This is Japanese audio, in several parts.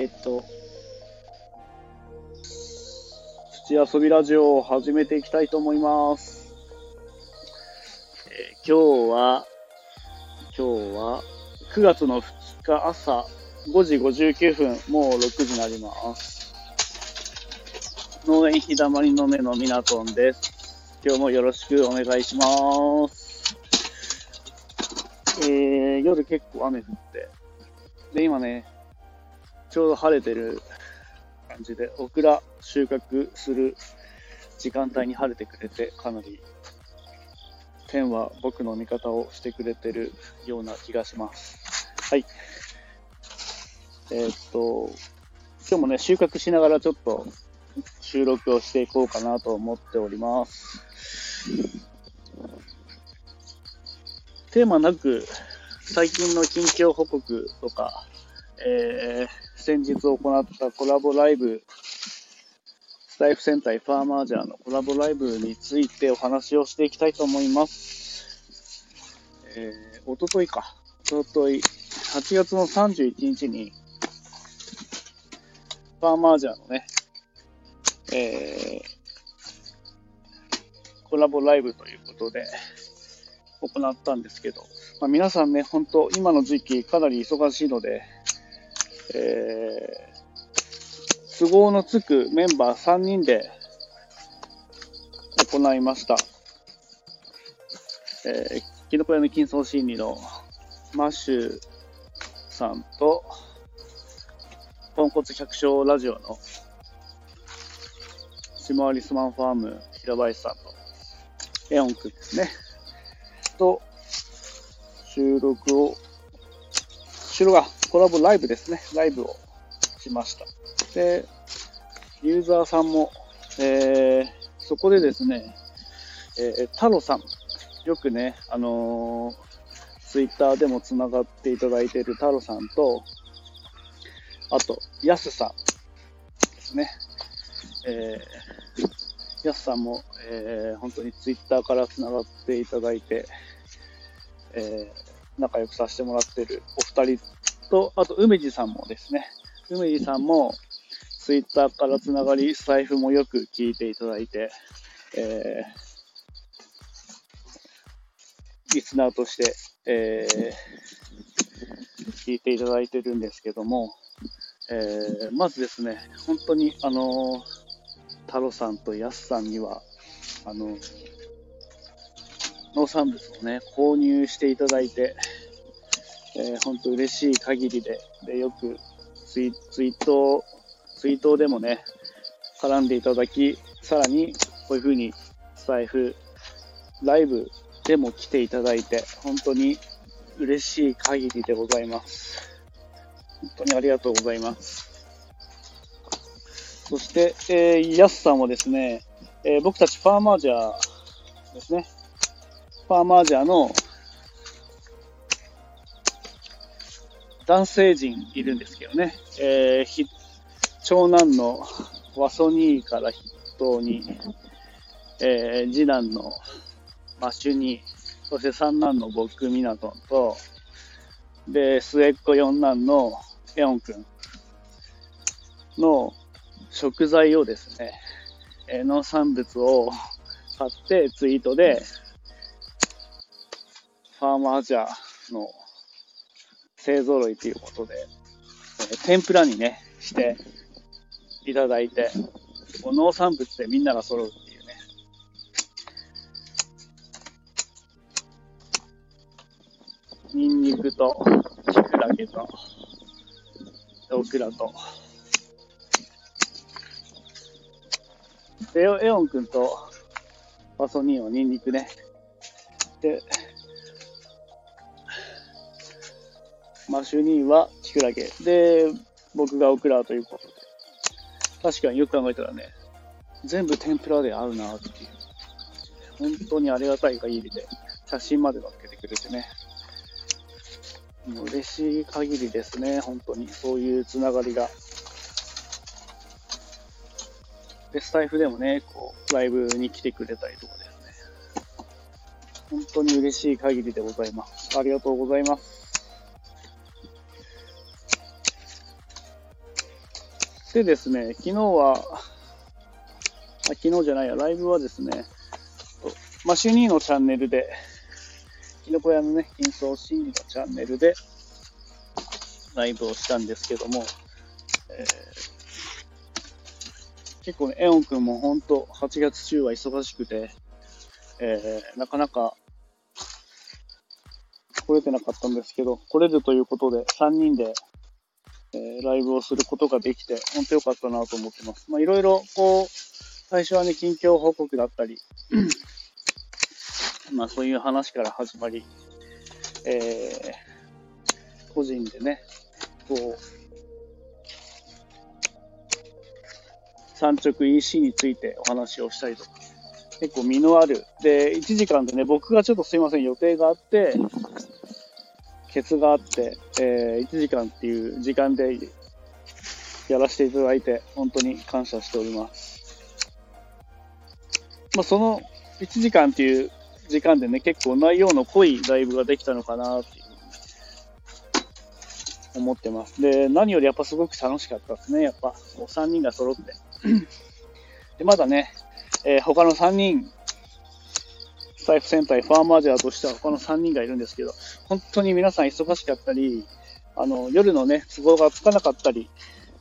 土遊びラジオを始めていきたいと思います。今日は9月の2日朝5時59分、もう6時になります。農園日だまりの目のみなとんです。今日もよろしくお願いします。夜結構雨降って、で今ねちょうど晴れてる感じで、オクラ収穫する時間帯に晴れてくれて、かなり天は僕の味方をしてくれてるような気がします。はい。今日もね収穫しながらちょっと収録をしていこうかなと思っております。テーマなく最近の近況報告とか、先日行ったコラボライブ、スタイフ戦隊ファーマージャーのコラボライブについてお話をしていきたいと思います。おととい8月の31日にファーマージャーのね、コラボライブということで行ったんですけど、皆さんね、本当今の時期かなり忙しいので、都合のつくメンバー3人で行いました。キノコ屋の金層心理のマッシュさんと、ポンコツ百姓ラジオのシマワリスマンファーム平林さんとエオンくんですねとコラボライブですね、ライブをしました。でユーザーさんも、そこでですね、太郎さん、よくねツイッターでもつながっていただいている太郎さんと、あとヤスさんですね、ヤスさんも、本当にツイッターからつながっていただいて、仲良くさせてもらっているお二人と、あと梅地さんもですね、梅地さんもツイッターからつながり、スタイフもよく聞いていただいて、リスナーとして、聞いていただいてるんですけども、まずですね、本当に太郎さんとヤスさんには農産物をね購入していただいて、本当嬉しい限りで、よくツイートでもね絡んでいただき、さらにこういう風にスタイフライブでも来ていただいて、本当に嬉しい限りでございます。本当にありがとうございます。そして、ヤスさんはですね、僕たちファーマージャーですね、ファーマージャーの男性陣いるんですけどね、長男のワソニーから筆頭に、次男のマシュニー、そして三男の僕ミナトンと、で末っ子四男のエオンくんの食材をですね、農産物を買ってツイートでファーマージャーの勢揃いということで、天ぷらにねしていただいて、農産物でみんなが揃うっていうね、ニンニクとキクラゲとオクラとで、エオン君とパソニーはニンニクね。で、マシュニーはキクラゲ。で、僕がオクラということで。確かによく考えたらね、全部天ぷらで合うなっていう。本当にありがたい限りで、写真まで載っけてくれてね。もう嬉しい限りですね、本当に。そういうつながりが。で、スタイフでもね、ライブに来てくれたりとかですね。本当に嬉しい限りでございます。ありがとうございます。 でですね、昨日じゃないや、ライブはですね、マシュニーのチャンネルで、きのこ屋のね、金層心理のチャンネルでライブをしたんですけども、結構ね、エオン君も本当8月中は忙しくて、なかなか来れてなかったんですけど、来れるということで3人で、ライブをすることができて、本当良かったなと思ってます。いろいろこう、最初はね、近況報告だったり、そういう話から始まり、個人でね、こう、産直 EC についてお話をしたりとか、結構身のある。で、1時間でね、僕がちょっとすいません、予定があって、ケツがあって、1時間っていう時間でやらせていただいて、本当に感謝しております。その1時間っていう時間でね、結構内容の濃いライブができたのかなっていう思ってます。で、何よりやっぱすごく楽しかったですね。やっぱ3人が揃って。で、まだね、他の3人、スタイフ戦隊ファーマージャーとしては他の3人がいるんですけど、本当に皆さん忙しかったり、夜のね、都合がつかなかったり、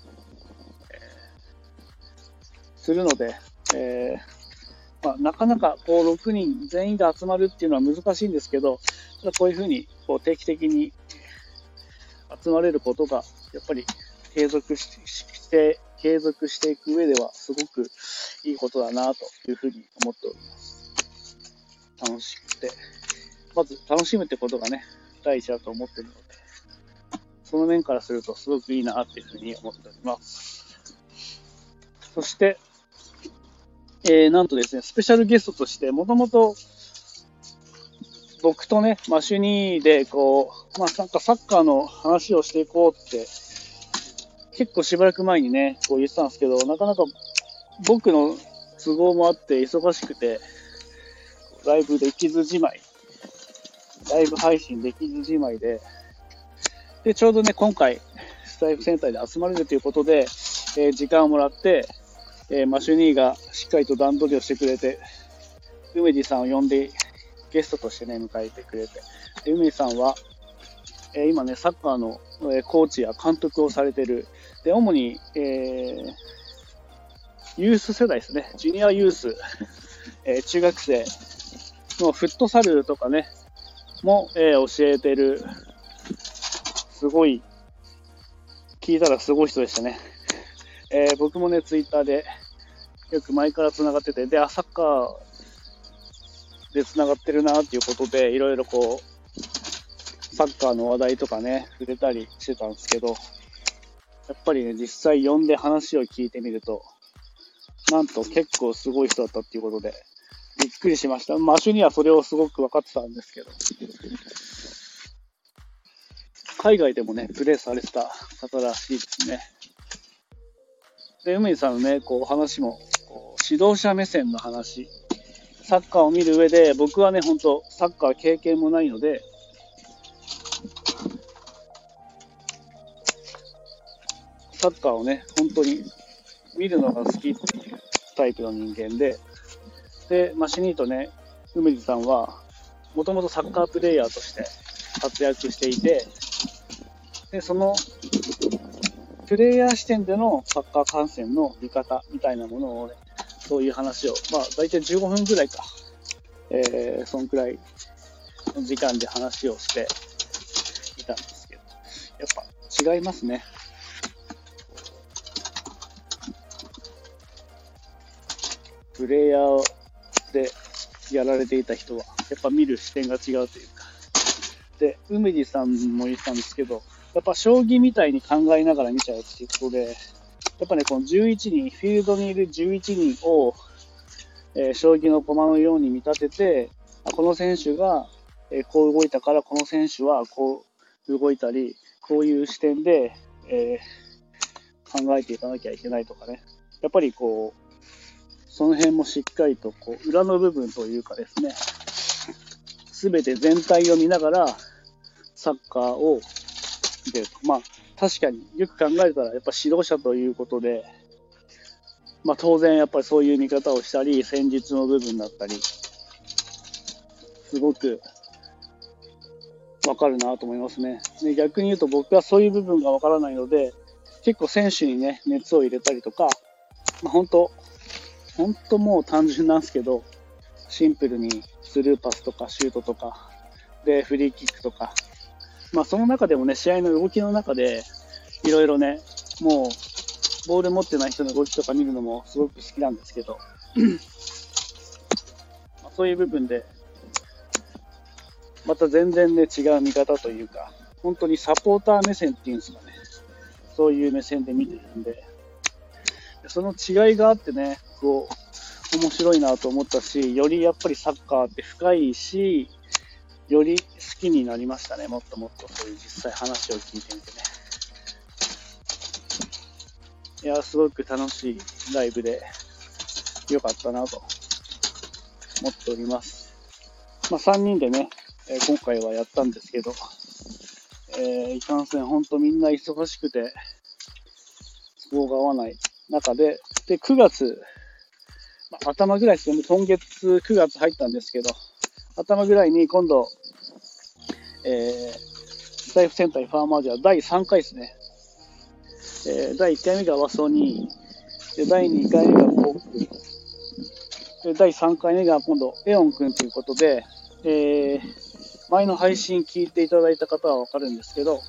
するので、なかなかこう6人全員が集まるっていうのは難しいんですけど、ただこういうふうにこう定期的に集まれることがやっぱり継続していく上ではすごくいいことだなというふうに思っております。楽しくて、まず楽しむってことがね、第一だと思っているので、その面からするとすごくいいなっていうふうに思っております。そして、なんとですね、スペシャルゲストとして、もともと僕とね、マシュニーでこう、なんかサッカーの話をしていこうって、結構しばらく前にね、こう言ってたんですけど、なかなか僕の都合もあって忙しくて、ライブ配信できずじまいで、ちょうどね、今回、スタイフセンターで集まれるということで、時間をもらって、マシュニーがしっかりと段取りをしてくれて、梅地さんを呼んで、ゲストとしてね、迎えてくれて、で梅地さんは、今ね、サッカーの、コーチや監督をされている、で、主に、ユース世代ですね、ジュニアユース、中学生のフットサルとかね、も、教えてる、すごい、聞いたらすごい人でしたね。僕もね、ツイッターでよく前から繋がってて、で、サッカーで繋がってるなっていうことで、いろいろこう、サッカーの話題とかね、触れたりしてたんですけど、やっぱりね、実際呼んで話を聞いてみると、なんと結構すごい人だったっていうことで、びっくりしました。マシュにはそれをすごく分かってたんですけど、海外でもね、プレーされてた方らしいですね。で、梅井さんのね、こう話も、指導者目線の話、サッカーを見る上で、僕はね、本当サッカー経験もないので、サッカーをね、本当に見るのが好きっていうタイプの人間で、マシニーとね、梅地さんは、もともとサッカープレイヤーとして活躍していて、で、その、プレイヤー視点でのサッカー観戦の見方みたいなものをね、そういう話を、大体15分くらいか、そんくらいの時間で話をしていたんですけど、やっぱ違いますね。プレイヤーでやられていた人は、やっぱ見る視点が違うというか。で、梅地さんも言ってたんですけど、やっぱ将棋みたいに考えながら見ちゃうっていうことで、やっぱね、この11人、フィールドにいる11人を、将棋の駒のように見立てて、この選手が、こう動いたからこの選手はこう動いたり、こういう視点で、考えていかなきゃいけないとかね。やっぱりこう、その辺もしっかりとこう裏の部分というかですね、すべて全体を見ながらサッカーを見てると。 確かによく考えたらやっぱ指導者ということで、当然やっぱりそういう見方をしたり、戦術の部分だったり、すごくわかるなと思いますね。で、逆に言うと僕はそういう部分がわからないので、結構選手にね、熱を入れたりとか、本当もう単純なんですけど、シンプルにスルーパスとかシュートとか、で、フリーキックとか、その中でもね、試合の動きの中で、いろいろね、もう、ボール持ってない人の動きとか見るのもすごく好きなんですけど、そういう部分で、また全然ね、違う見方というか、本当にサポーター目線っていうんですかね、そういう目線で見てるんで、その違いがあってね、面白いなと思ったし、よりやっぱりサッカーって深いし、より好きになりましたね。もっともっとそういう実際話を聞いてみてね。いや、すごく楽しいライブで良かったなと思っております。3人でね、今回はやったんですけど、いかんせん本当みんな忙しくて、都合が合わない中で、9月、頭ぐらいですよね、今月9月入ったんですけど、頭ぐらいに今度、スタイフ戦隊ファーマージャー第3回ですね。第1回目がワソニー、で第2回目が僕、で第3回目が今度エオンくんということで、前の配信聞いていただいた方はわかるんですけど、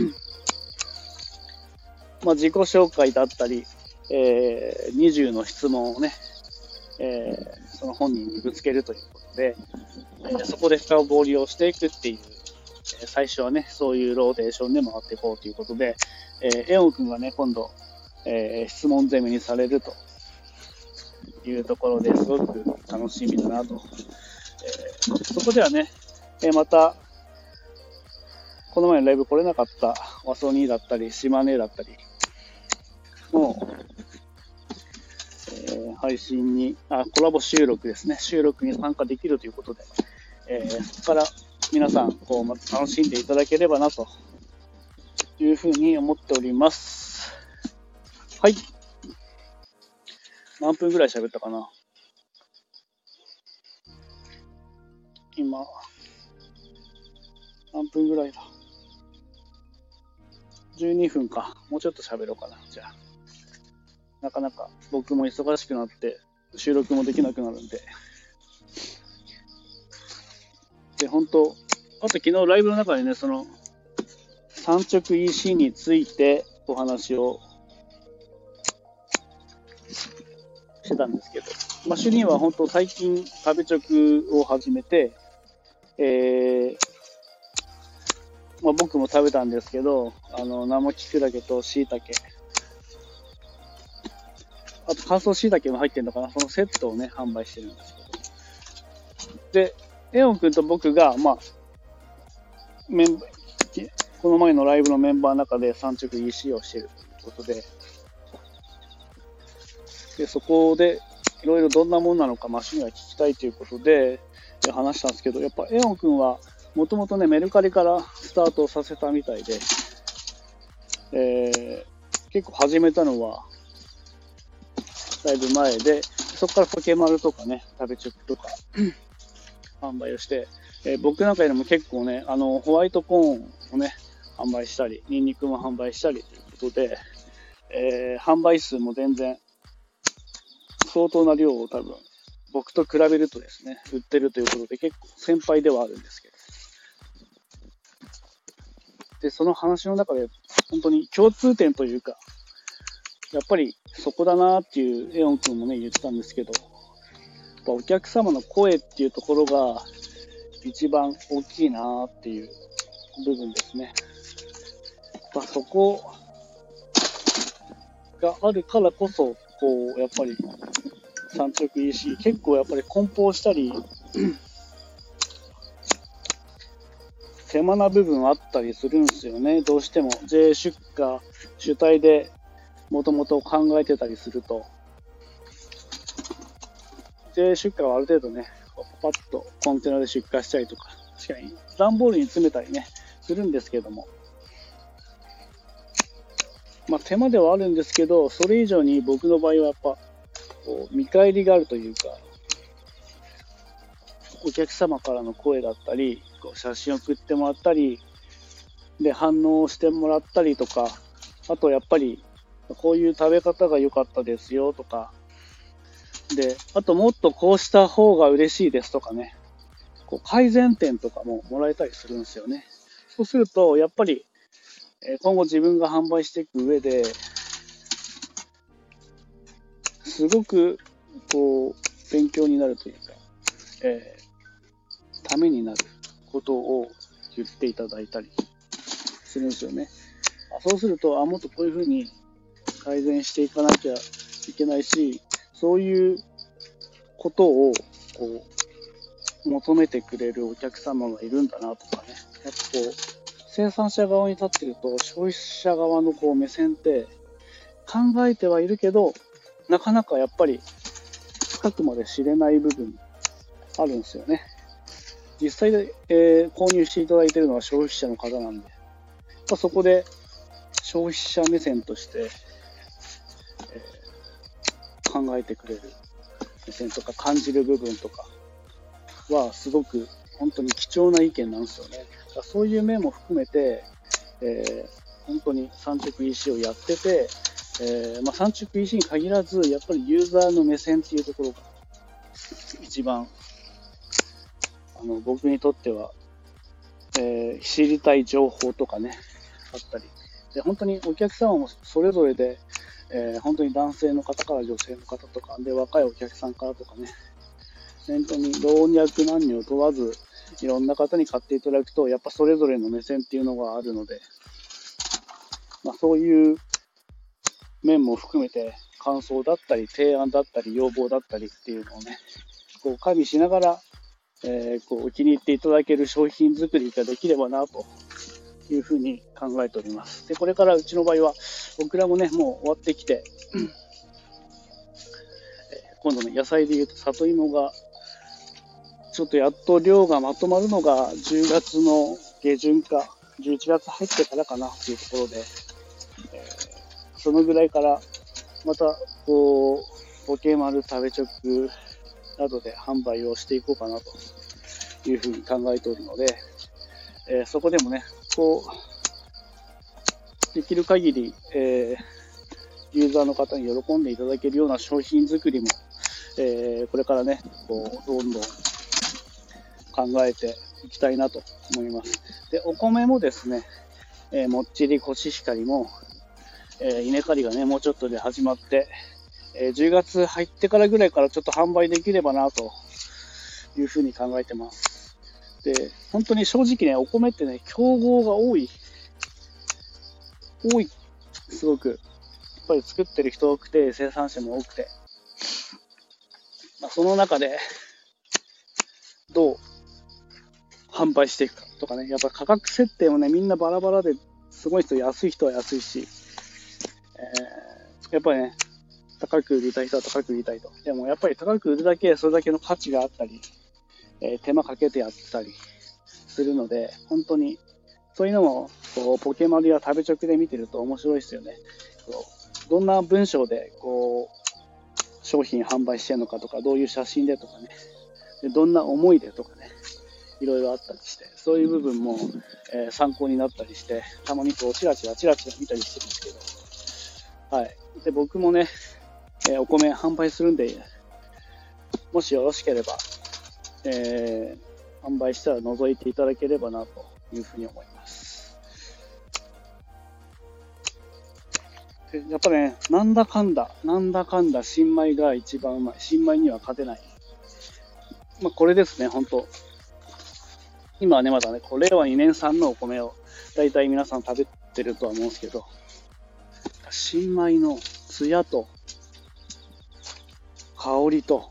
自己紹介だったり、20の質問をね、その本人にぶつけるということで、そこで深掘りをしていくっていう、最初はね、そういうローテーションで回っていこうということで、エオン君がね、今度、質問攻めにされるというところですごく楽しみだなと。そこではね、また、この前のライブ来れなかったワソニーだったり、島根だったりの、配信にコラボ収録ですね、収録に参加できるということで、そこから皆さんまた楽しんでいただければなというふうに思っております。はい。何分ぐらい喋ったかな。今、何分ぐらいだ。12分か。もうちょっと喋ろうかな。じゃあ。なかなか僕も忙しくなって収録もできなくなるんで。で、本当、あと昨日ライブの中でね、その産直 EC についてお話をしてたんですけど、主任は本当最近食べ直を始めて、僕も食べたんですけど、生キクラゲと椎茸、あと乾燥椎茸も入ってるのかな、そのセットをね、販売してるんですけど。で、エオン君と僕が、この前のライブのメンバーの中で産直 EC をしているということで、そこでいろいろどんなもんなのかマシンが聞きたいということで話したんですけど、やっぱエオン君はもともとね、メルカリからスタートさせたみたいで、結構始めたのはだいぶ前で、そこからポケマルとかね、食べチョクとか販売をして、僕なんかよりも結構ね、ホワイトコーンをね、販売したり、ニンニクも販売したりということで、販売数も全然相当な量を多分僕と比べるとですね、売ってるということで結構先輩ではあるんですけど、でその話の中で本当に共通点というか、やっぱりそこだなっていうエオン君もね言ってたんですけど、やっぱお客様の声っていうところが一番大きいなっていう部分ですね。そこがあるからこそ、やっぱり産直 EC 結構やっぱり梱包したり手間な部分あったりするんですよね。どうしても税出荷主体でもともと考えてたりすると、税出荷はある程度ね、パッとコンテナで出荷したりとか、確かに段ボールに詰めたりねするんですけども、 手間ではあるんですけど、それ以上に僕の場合はやっぱこう見返りがあるというか、お客様からの声だったり、こう写真を送ってもらったりで反応してもらったりとか、あとやっぱりこういう食べ方が良かったですよとかで、あともっとこうした方が嬉しいですとかね、こう改善点とかももらえたりするんですよね。そうするとやっぱり今後自分が販売していく上ですごくこう勉強になるというか、ためになることを言っていただいたりするんですよね。そうすると、もっとこういうふうに改善していかなきゃいけないし、そういうことをこう求めてくれるお客様がいるんだなとかね。やっぱこう生産者側に立ってると消費者側のこう目線って考えてはいるけど、なかなかやっぱり深くまで知れない部分あるんですよね。実際で、購入していただいているのは消費者の方なんで、そこで消費者目線として、考えてくれる目線とか感じる部分とかはすごく本当に貴重な意見なんですよね。そういう面も含めて、本当に産直 EC をやってて、産直 EC に限らずやっぱりユーザーの目線っていうところが一番僕にとっては、知りたい情報とかねあったりで、本当にお客様もそれぞれで、本当に男性の方から女性の方とかで、若いお客さんからとかね、本当に老若男女を問わずいろんな方に買っていただくと、やっぱそれぞれの目線っていうのがあるので、そういう面も含めて感想だったり提案だったり要望だったりっていうのをね、こう加味しながら、こう気に入っていただける商品作りができればなというふうに考えております。で、これからうちの場合は僕らもねもう終わってきて、今度ね野菜でいうと里芋がちょっとやっと量がまとまるのが10月の下旬か11月入ってからかなっていうところで、そのぐらいからまたこうポケマル食べ直などで販売をしていこうかなというふうに考えておるので、そこでもねこうできる限り、ユーザーの方に喜んでいただけるような商品作りも、これからねこうどんどん考えていきたいなと思います。で、お米もですね、もっちりコシヒカリも、稲刈りがねもうちょっとで始まって、10月入ってからぐらいからちょっと販売できればなというふうに考えてます。で、本当に正直ね、お米ってね、競合が多い、すごく、やっぱり作ってる人多くて、生産者も多くて、その中で、どう販売していくかとかね、やっぱ価格設定もね、みんなバラバラですごい人、安い人は安いし、やっぱりね、高く売りたい人は高く売りたいと。でもやっぱり高く売るだけ、それだけの価値があったり、手間かけてやってたりするので、本当に、そういうのも、こうポケマルや食べチョクで見てると面白いですよね。どんな文章で、こう、商品販売してるのかとか、どういう写真でとかね、でどんな思いでとかね、いろいろあったりして、そういう部分も、参考になったりして、たまにこうチラチラ見たりしてるんですけど、はい。で、僕もね、お米販売するんで、もしよろしければ、販売したら覗いていただければなというふうに思います。でやっぱね、なんだかんだ新米が一番うまい。新米には勝てない。これですね、本当。今はね、まだね、令和2年産のお米を大体皆さん食べてるとは思うんですけど、新米のツヤと香りと、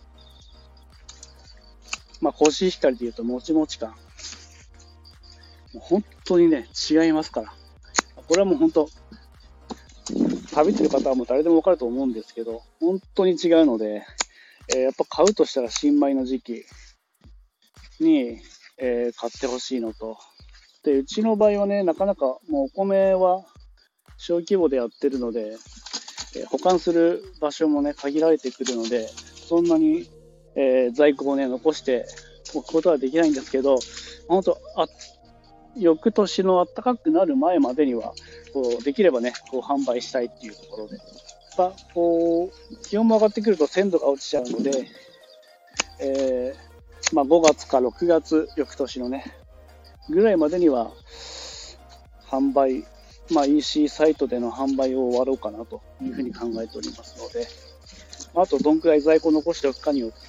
コシヒカリでいうともちもち感、もう本当にね違いますから、これはもう本当食べてる方はもう誰でも分かると思うんですけど、本当に違うので、やっぱ買うとしたら新米の時期に、買ってほしいのと、でうちの場合はね、なかなかもうお米は小規模でやってるので、保管する場所もね、限られてくるので、そんなに、在庫をね、残しておくことはできないんですけど、本当翌年の暖かくなる前までには、こうできればね、こう販売したいっていうところで、こう気温も上がってくると鮮度が落ちちゃうので、5月か6月、翌年のね、ぐらいまでには販売、EC サイトでの販売を終わろうかなというふうに考えておりますので、あとどんくらい在庫を残しておくかによって、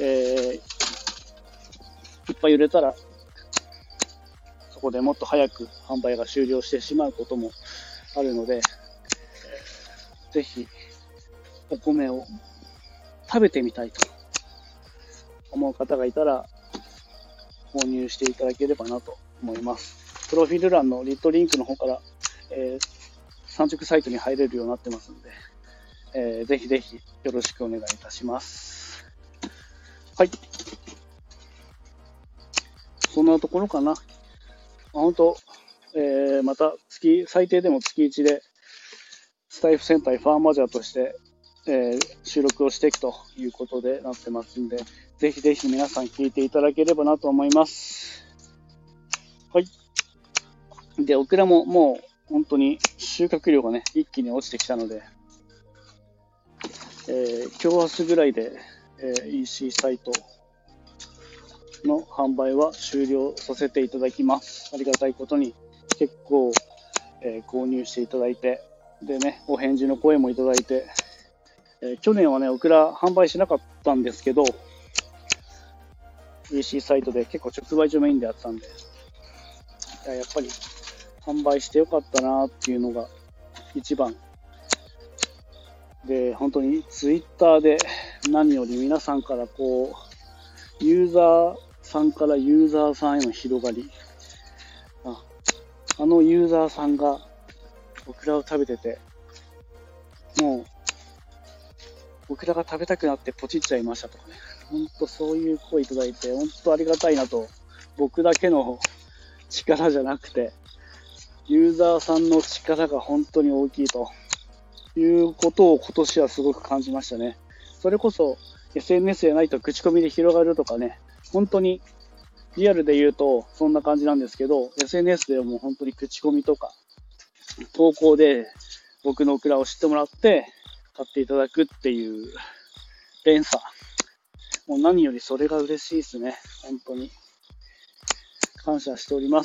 いっぱい売れたら、そこでもっと早く販売が終了してしまうこともあるので、ぜひお米を食べてみたいと思う方がいたら購入していただければなと思います。プロフィール欄のリットリンクの方から、産直サイトに入れるようになってますので、ぜひぜひよろしくお願いいたします。はい。そんなところかな。本当、また最低でも月1でスタイフ戦隊ファーマジャーとして、収録をしていくということでなってますんで、ぜひぜひ皆さん聞いていただければなと思います。はい。で、オクラももう本当に収穫量がね、一気に落ちてきたので、今日明日ぐらいで、EC サイトの販売は終了させていただきます。ありがたいことに結構、購入していただいて、でね、お返事の声もいただいて、去年はね、オクラ販売しなかったんですけど、EC サイトで結構直売所メインでやってたんで、やっぱり販売してよかったなっていうのが一番で、本当にツイッターで何より皆さんからこうユーザーさんからユーザーさんへの広がり、あのユーザーさんがオクラを食べてて、もうオクラが食べたくなってポチっちゃいましたとかね、本当そういう声いただいて本当ありがたいなと。僕だけの力じゃなくてユーザーさんの力が本当に大きいということを今年はすごく感じましたね。それこそ SNS でないと口コミで広がるとかね、本当にリアルで言うとそんな感じなんですけど、 SNS でも本当に口コミとか投稿で僕のオクラを知ってもらって買っていただくっていう連鎖、もう何よりそれが嬉しいですね。本当に感謝しております。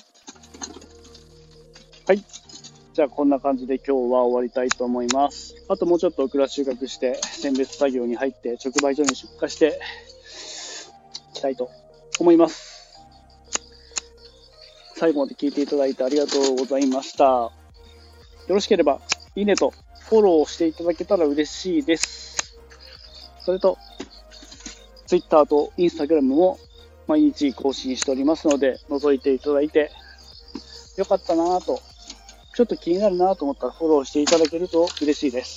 はい、じゃあこんな感じで今日は終わりたいと思います。あともうちょっとオクラ収穫して選別作業に入って直売所に出荷していきたいと思います。最後まで聞いていただいてありがとうございました。よろしければいいねとフォローしていただけたら嬉しいです。それと Twitter と Instagram も毎日更新しておりますので、覗いていただいてよかったなぁと、ちょっと気になるなと思ったらフォローしていただけると嬉しいです。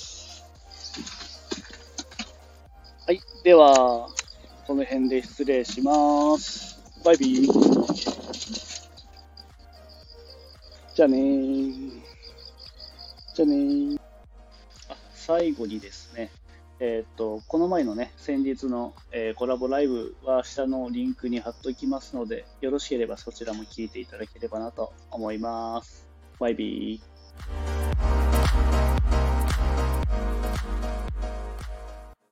はい、ではこの辺で失礼します。バイビー。じゃあねー。じゃあねー。最後にですね、この前のね、先日の、コラボライブは下のリンクに貼っておきますので、よろしければそちらも聞いていただければなと思います。バイビー。